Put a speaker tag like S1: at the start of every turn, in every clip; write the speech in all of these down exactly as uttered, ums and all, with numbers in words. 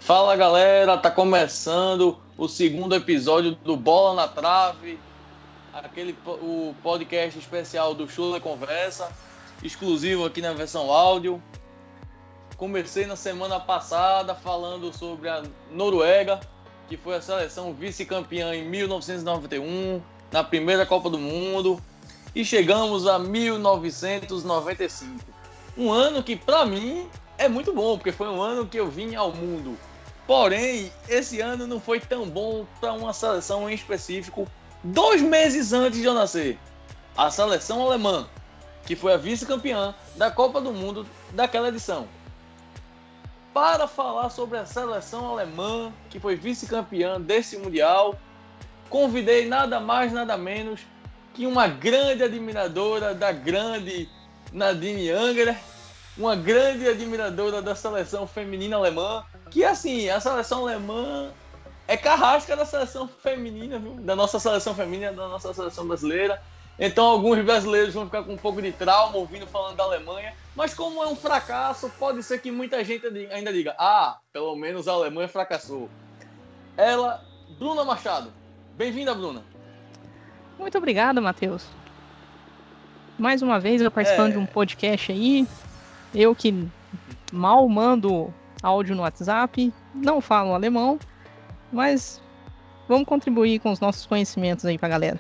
S1: Fala galera, tá começando o segundo episódio do Bola na Trave, aquele, o podcast especial do Chula Conversa, exclusivo aqui na versão áudio. Comecei na semana passada falando sobre a Noruega, que foi a seleção vice-campeã em mil novecentos e noventa e um, na primeira Copa do Mundo, e chegamos a mil novecentos e noventa e cinco. Um ano que, para mim, é muito bom, porque foi um ano que eu vim ao mundo. Porém, esse ano não foi tão bom para uma seleção em específico, dois meses antes de eu nascer. A seleção alemã, que foi a vice-campeã da Copa do Mundo daquela edição. Para falar sobre a seleção alemã, que foi vice-campeã desse Mundial, convidei nada mais, nada menos que uma grande admiradora da grande Nadine Angerer, uma grande admiradora da seleção feminina alemã, que assim, a seleção alemã é carrasca da seleção feminina, viu? Da nossa seleção feminina, da nossa seleção brasileira. Então alguns brasileiros vão ficar com um pouco de trauma ouvindo falando da Alemanha, mas como é um fracasso, pode ser que muita gente ainda diga, ah, pelo menos a Alemanha fracassou. Ela, Bruna Machado. Bem-vinda, Bruna.
S2: Muito obrigada, Matheus. Mais uma vez eu participando é... de um podcast aí, eu que mal mando áudio no WhatsApp, não falo alemão, mas vamos contribuir com os nossos conhecimentos aí pra galera.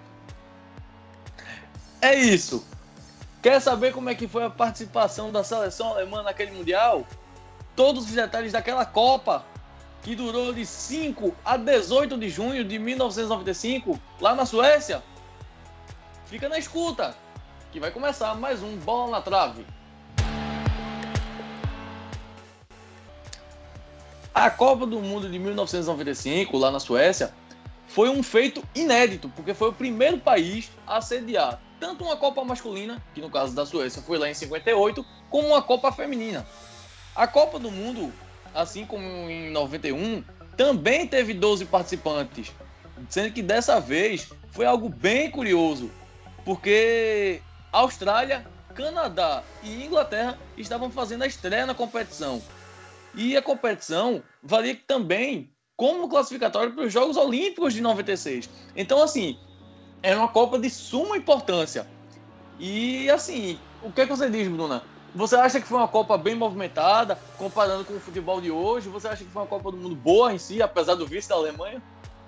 S1: É isso. Quer saber como é que foi a participação da seleção alemã naquele Mundial? Todos os detalhes daquela Copa, que durou de cinco a dezoito de junho de mil novecentos e noventa e cinco, lá na Suécia? Fica na escuta, que vai começar mais um Bola na Trave. A Copa do Mundo de mil novecentos e noventa e cinco, lá na Suécia, foi um feito inédito, porque foi o primeiro país a sediar tanto uma Copa masculina, que no caso da Suécia foi lá em cinquenta e oito, como uma Copa feminina. A Copa do Mundo, assim como em noventa e um, também teve doze participantes, sendo que dessa vez foi algo bem curioso, porque Austrália, Canadá e Inglaterra estavam fazendo a estreia na competição. E a competição valia também como classificatório para os Jogos Olímpicos de noventa e seis. Então, assim, era uma Copa de suma importância. E, assim, o que, é que você diz, Bruna? Você acha que foi uma Copa bem movimentada, comparando com o futebol de hoje? Você acha que foi uma Copa do Mundo boa em si, apesar do vice da Alemanha?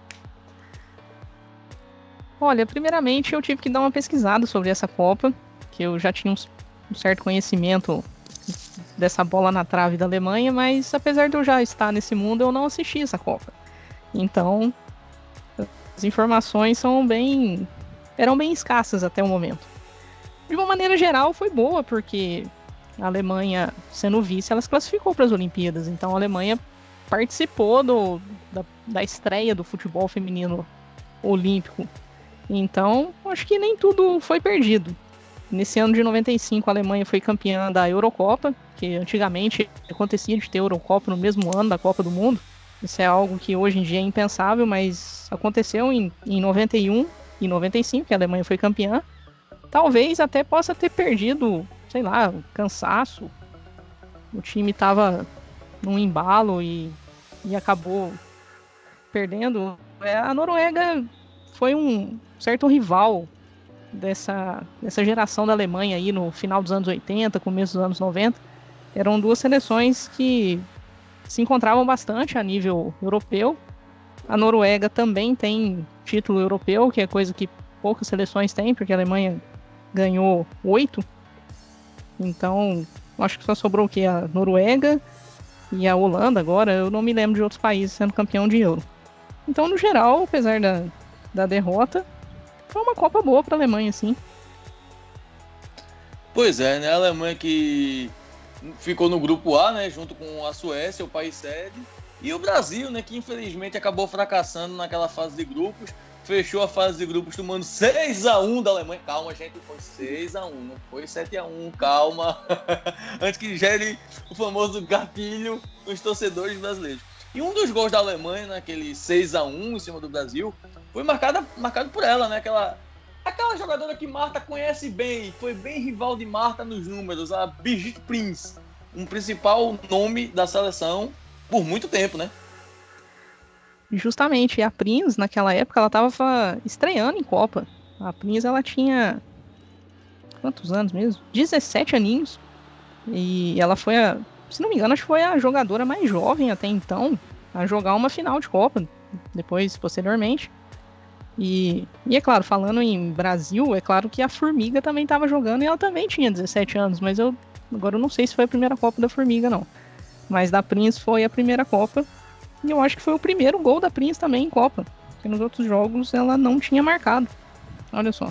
S2: Olha, primeiramente eu tive que dar uma pesquisada sobre essa Copa, que eu já tinha um certo conhecimento dessa bola na trave da Alemanha, mas apesar de eu já estar nesse mundo, eu não assisti essa Copa. Então, as informações são bem, eram bem escassas até o momento. De uma maneira geral, foi boa, porque a Alemanha, sendo vice, ela se classificou para as Olimpíadas. Então, a Alemanha participou do, da, da estreia do futebol feminino olímpico. Então, acho que nem tudo foi perdido. Nesse ano de noventa e cinco, a Alemanha foi campeã da Eurocopa, que antigamente acontecia de ter Eurocopa no mesmo ano da Copa do Mundo. Isso é algo que hoje em dia é impensável, mas aconteceu em, em noventa e um e noventa e cinco, que a Alemanha foi campeã. Talvez até possa ter perdido, sei lá, cansaço. O time estava num embalo e, e acabou perdendo. A Noruega foi um certo rival dessa, dessa geração da Alemanha aí no final dos anos oitenta, começo dos anos noventa. Eram duas seleções que se encontravam bastante a nível europeu. A Noruega também tem título europeu, que é coisa que poucas seleções têm, porque a Alemanha ganhou oito. Então, acho que só sobrou o quê? A Noruega e a Holanda agora. Eu não me lembro de outros países sendo campeão de Euro. Então, no geral, apesar da, da derrota, foi uma Copa boa para a Alemanha, sim.
S1: Pois é, né? A Alemanha que ficou no grupo A, né? Junto com a Suécia, o país sede. E o Brasil, né? Que infelizmente acabou fracassando naquela fase de grupos. Fechou a fase de grupos tomando seis a um da Alemanha. Calma, gente, foi seis a um, não foi sete a um, calma. Antes que gere o famoso gatilho nos torcedores brasileiros. E um dos gols da Alemanha, naquele seis a um em cima do Brasil, foi marcado, marcado por ela, né? Aquela, aquela jogadora que Marta conhece bem, foi bem rival de Marta nos números, a Birgit Prinz, um principal nome da seleção por muito tempo, né?
S2: Justamente, e a Prince, naquela época, ela tava estreando em Copa. A Prince, ela tinha... quantos anos mesmo? dezessete aninhos. E ela foi a... se não me engano, acho que foi a jogadora mais jovem até então a jogar uma final de Copa. Depois, posteriormente. E, e é claro, falando em Brasil, é claro que a Formiga também estava jogando e ela também tinha dezessete anos. Mas eu agora eu não sei se foi a primeira Copa da Formiga, não. Mas da Prince foi a primeira Copa. E eu acho que foi o primeiro gol da Prince também em Copa. Porque nos outros jogos ela não tinha marcado. Olha só.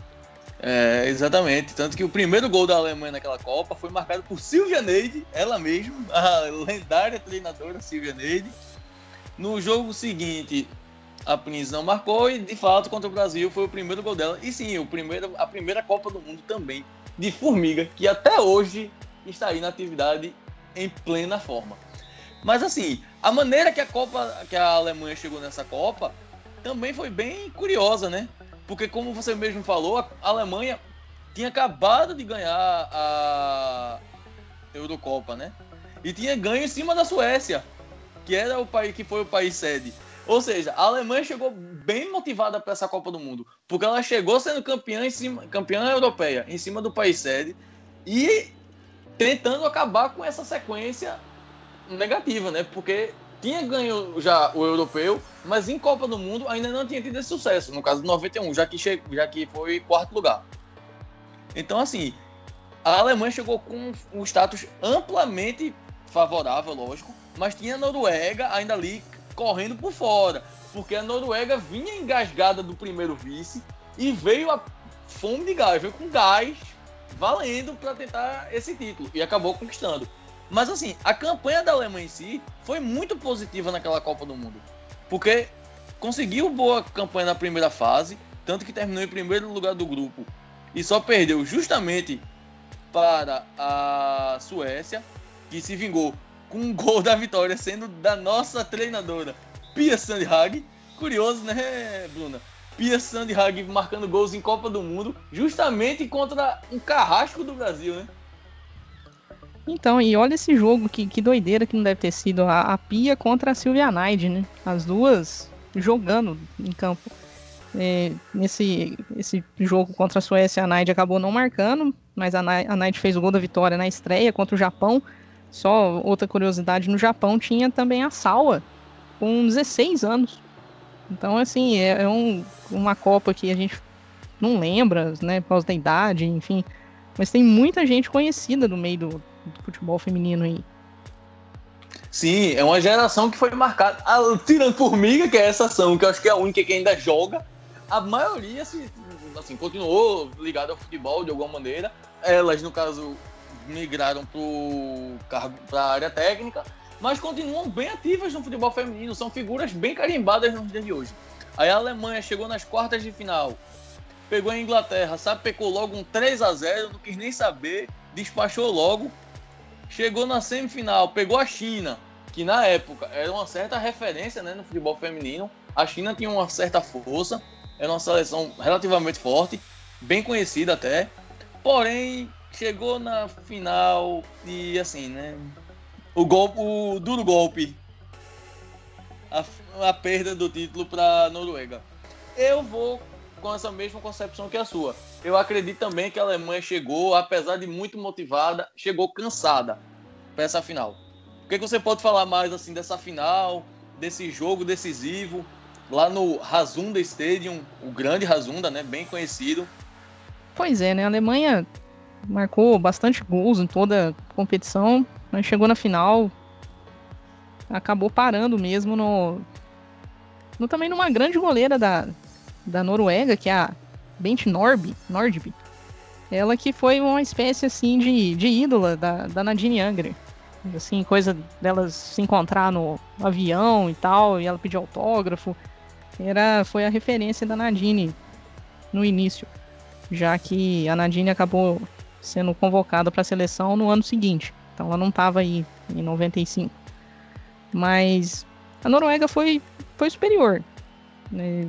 S1: É, exatamente. Tanto que o primeiro gol da Alemanha naquela Copa foi marcado por Silvia Neide, ela mesma, a lendária treinadora Silvia Neide. No jogo seguinte, a Prince não marcou e, de fato, contra o Brasil foi o primeiro gol dela. E sim, o primeiro, a primeira Copa do Mundo também, de Formiga, que até hoje está aí na atividade em plena forma. Mas assim, a maneira que a Copa, que a Alemanha chegou nessa Copa também foi bem curiosa, né? Porque como você mesmo falou, a Alemanha tinha acabado de ganhar a Eurocopa, né? E tinha ganho em cima da Suécia, que era o país que foi o país sede. Ou seja, a Alemanha chegou bem motivada para essa Copa do Mundo, porque ela chegou sendo campeã em cima, campeã europeia em cima do país sede e tentando acabar com essa sequência negativa, né? Porque tinha ganho já o europeu, mas em Copa do Mundo ainda não tinha tido esse sucesso, no caso de noventa e um, já que, che... já que foi quarto lugar. Então, assim, a Alemanha chegou com um status amplamente favorável, lógico, mas tinha a Noruega ainda ali correndo por fora, porque a Noruega vinha engasgada do primeiro vice e veio a fome de gás, veio com gás valendo para tentar esse título e acabou conquistando. Mas assim, a campanha da Alemanha em si foi muito positiva naquela Copa do Mundo, porque conseguiu boa campanha na primeira fase, tanto que terminou em primeiro lugar do grupo e só perdeu justamente para a Suécia, que se vingou com um gol da vitória sendo da nossa treinadora Pia Sundhage. Curioso, né, Bruna? Pia Sundhage marcando gols em Copa do Mundo justamente contra um carrasco do Brasil, né?
S2: Então, e olha esse jogo, que, que doideira que não deve ter sido a, a Pia contra a Silvia Naide, né? As duas jogando em campo. É, nesse esse jogo contra a Suécia, a Naide acabou não marcando, mas a Naide fez o gol da vitória na estreia contra o Japão. Só outra curiosidade, no Japão tinha também a Sawa, com dezesseis anos. Então, assim, é, é um, uma Copa que a gente não lembra, né, por causa da idade, enfim. Mas tem muita gente conhecida no meio do, do futebol feminino aí.
S1: Sim, é uma geração que foi marcada. A, tirando Formiga, que é essa ação, que eu acho que é a única que ainda joga, a maioria se, assim, continuou ligada ao futebol de alguma maneira. Elas, no caso, migraram para a área técnica, mas continuam bem ativas no futebol feminino. São figuras bem carimbadas nos dias de hoje. Aí a Alemanha chegou nas quartas de final, pegou a Inglaterra, sapecou logo um três a zero, não quis nem saber, despachou logo. Chegou na semifinal, pegou a China, que na época era uma certa referência, né, no futebol feminino. A China tinha uma certa força, era uma seleção relativamente forte, bem conhecida até. Porém, chegou na final e assim, né, o, golpe, o duro golpe, a, a perda do título para a Noruega. Eu vou com essa mesma concepção que a sua. Eu acredito também que a Alemanha chegou, apesar de muito motivada, chegou cansada para essa final. O que, que você pode falar mais assim dessa final, desse jogo decisivo, lá no Rasunda Stadium, o grande Rasunda, né, bem conhecido?
S2: Pois é, né, a Alemanha marcou bastante gols em toda a competição, mas chegou na final, acabou parando mesmo no, no também numa grande goleira da da Noruega, que é a Bent Nordby, Nordby. Ela que foi uma espécie assim de, de ídola da, da Nadine Angerer. Assim, coisa delas se encontrar no avião e tal, e ela pedir autógrafo. Era, foi a referência da Nadine no início, já que a Nadine acabou sendo convocada para a seleção no ano seguinte. Então ela não estava aí em noventa e cinco. Mas a Noruega foi, foi superior, né?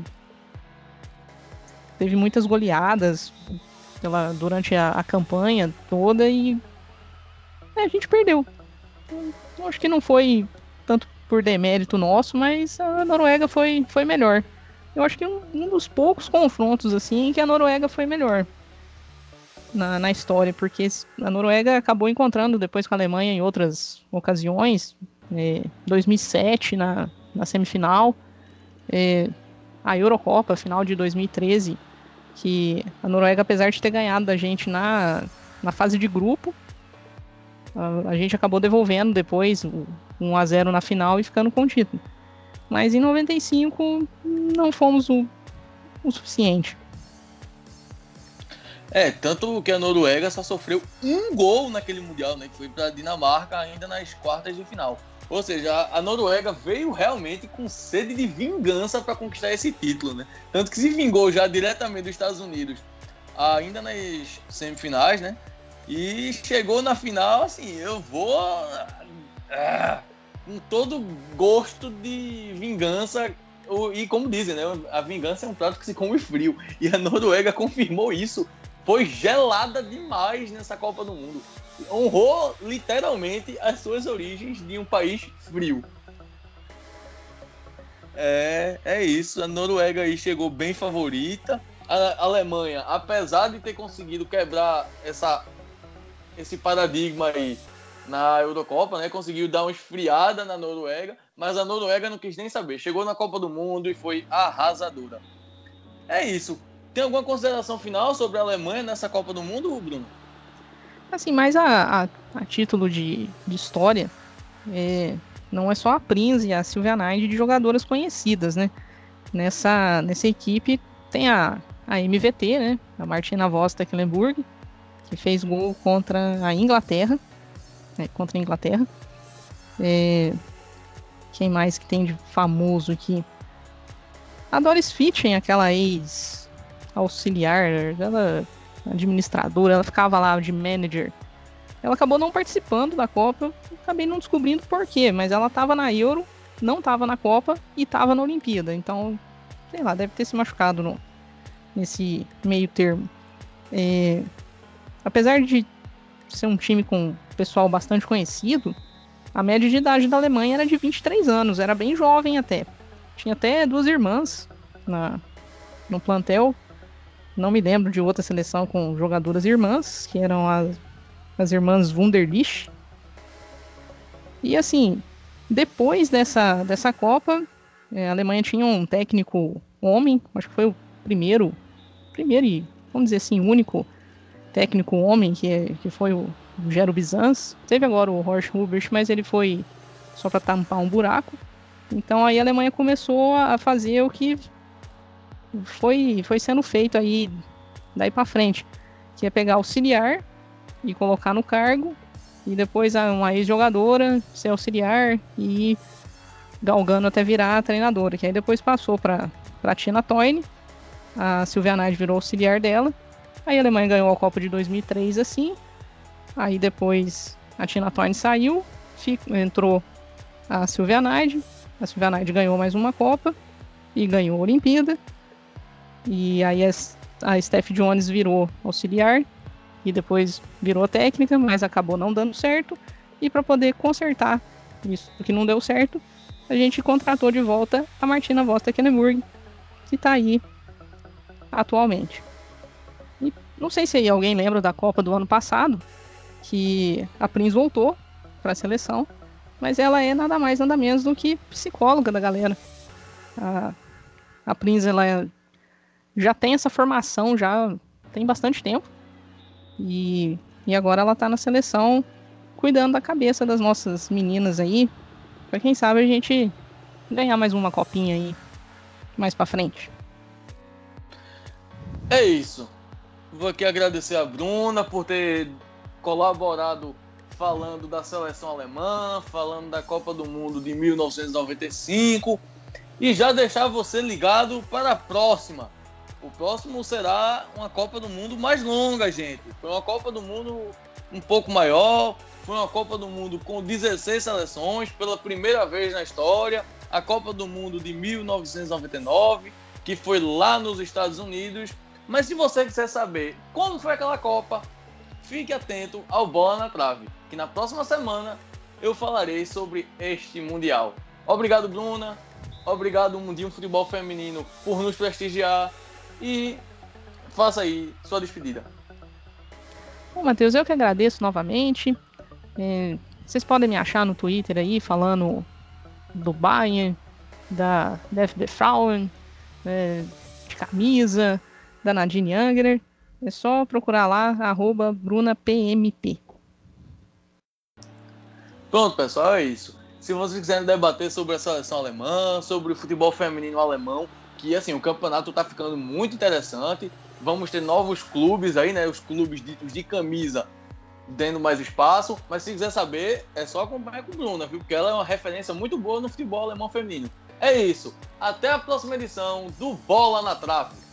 S2: Teve muitas goleadas pela, durante a, a campanha toda e é, a gente perdeu. Eu acho que não foi tanto por demérito nosso, mas a Noruega foi, foi melhor. Eu acho que um, um dos poucos confrontos assim que a Noruega foi melhor na, na história, porque a Noruega acabou encontrando depois com a Alemanha em outras ocasiões, é, dois mil e sete na, na semifinal, é, a Eurocopa, final de dois mil e treze, que a Noruega, apesar de ter ganhado da gente na, na fase de grupo, a, a gente acabou devolvendo depois um a zero na final e ficando com o título. Mas em noventa e cinco não fomos o, o suficiente.
S1: É, tanto que a Noruega só sofreu um gol naquele Mundial, né? Que foi para a Dinamarca ainda nas quartas de final. Ou seja, a Noruega veio realmente com sede de vingança para conquistar esse título, né? Tanto que se vingou já diretamente dos Estados Unidos, ainda nas semifinais, né? E chegou na final, assim, eu vou ah, com todo gosto de vingança. E como dizem, né? A vingança é um prato que se come frio. E a Noruega confirmou isso. Foi gelada demais nessa Copa do Mundo. Honrou literalmente as suas origens de um país frio. É, é isso. A Noruega aí chegou bem favorita. A Alemanha, apesar de ter conseguido quebrar essa, esse paradigma aí na Eurocopa, né, conseguiu dar uma esfriada na Noruega, mas a Noruega não quis nem saber. Chegou na Copa do Mundo e foi arrasadora. É isso. Tem alguma consideração final sobre a Alemanha nessa Copa do Mundo, Bruno?
S2: Assim, mas a, a, a título de, de história, é, não é só a Prinz e a Silvia Neid de jogadoras conhecidas, né? Nessa, nessa equipe tem a, a M V T, né? A Martina Voss Tecklenburg, que fez gol contra a Inglaterra. É, contra a Inglaterra. É, quem mais que tem de famoso aqui? A Doris Fitchen, aquela ex... auxiliar, ela administradora, ela ficava lá de manager. Ela acabou não participando da Copa, acabei não descobrindo por quê, mas ela estava na Euro, não estava na Copa e estava na Olimpíada. Então, sei lá, deve ter se machucado no, nesse meio termo. É, apesar de ser um time com pessoal bastante conhecido, a média de idade da Alemanha era de vinte e três anos, era bem jovem até. Tinha até duas irmãs na, no plantel. Não me lembro de outra seleção com jogadoras irmãs, que eram as, as irmãs Wunderlich. E assim, depois dessa, dessa Copa, é, a Alemanha tinha um técnico homem, acho que foi o primeiro, primeiro e, vamos dizer assim, único técnico homem, que, é, que foi o Gero Bizans. Teve agora o Horst Hubert, mas ele foi só para tampar um buraco. Então aí a Alemanha começou a fazer o que foi, foi sendo feito aí daí para frente, que é pegar auxiliar e colocar no cargo, e depois uma ex-jogadora ser auxiliar e ir galgando até virar a treinadora, que aí depois passou para a Tina Toyne, a Silvia Neid virou auxiliar dela, aí a Alemanha ganhou a Copa de dois mil e três assim, aí depois a Tina Toyne saiu, fico, entrou a Silvia Neid, a Silvia Neid ganhou mais uma Copa e ganhou a Olimpíada. E aí a Steph Jones virou auxiliar e depois virou técnica, mas acabou não dando certo. E para poder consertar isso que não deu certo, a gente contratou de volta a Martina Voss Tecklenburg, que está aí atualmente. E não sei se alguém lembra da Copa do ano passado, que a Prinz voltou para a seleção, mas ela é nada mais nada menos do que psicóloga da galera. A, a Prinz, ela é já tem essa formação, já tem bastante tempo. E, e agora ela tá na seleção cuidando da cabeça das nossas meninas aí. Pra quem sabe a gente ganhar mais uma copinha aí mais pra frente.
S1: É isso. Vou aqui agradecer a Bruna por ter colaborado falando da seleção alemã, falando da Copa do Mundo de mil novecentos e noventa e cinco. E já deixar você ligado para a próxima. O próximo será uma Copa do Mundo mais longa, gente. Foi uma Copa do Mundo um pouco maior. Foi uma Copa do Mundo com dezesseis seleções, pela primeira vez na história. A Copa do Mundo de mil novecentos e noventa e nove, que foi lá nos Estados Unidos. Mas se você quiser saber como foi aquela Copa, fique atento ao Bola na Trave, que na próxima semana eu falarei sobre este Mundial. Obrigado, Bruna. Obrigado, Mundinho Futebol Feminino, por nos prestigiar. E faça aí sua despedida.
S2: Bom, Matheus, eu que agradeço novamente. É, vocês podem me achar no Twitter aí, falando do Bayern, da, da F B Frauen, é, de camisa, da Nadine Angerer. É só procurar lá, arroba BrunaPMP.
S1: Pronto, pessoal, é isso. Se vocês quiserem debater sobre a seleção alemã, sobre o futebol feminino alemão, que assim, o campeonato está ficando muito interessante. Vamos ter novos clubes aí, né? Os clubes ditos de camisa tendo mais espaço. Mas se quiser saber, é só acompanhar com a Bruna, viu? Porque ela é uma referência muito boa no futebol alemão feminino. É isso. Até a próxima edição do Bola na Trave.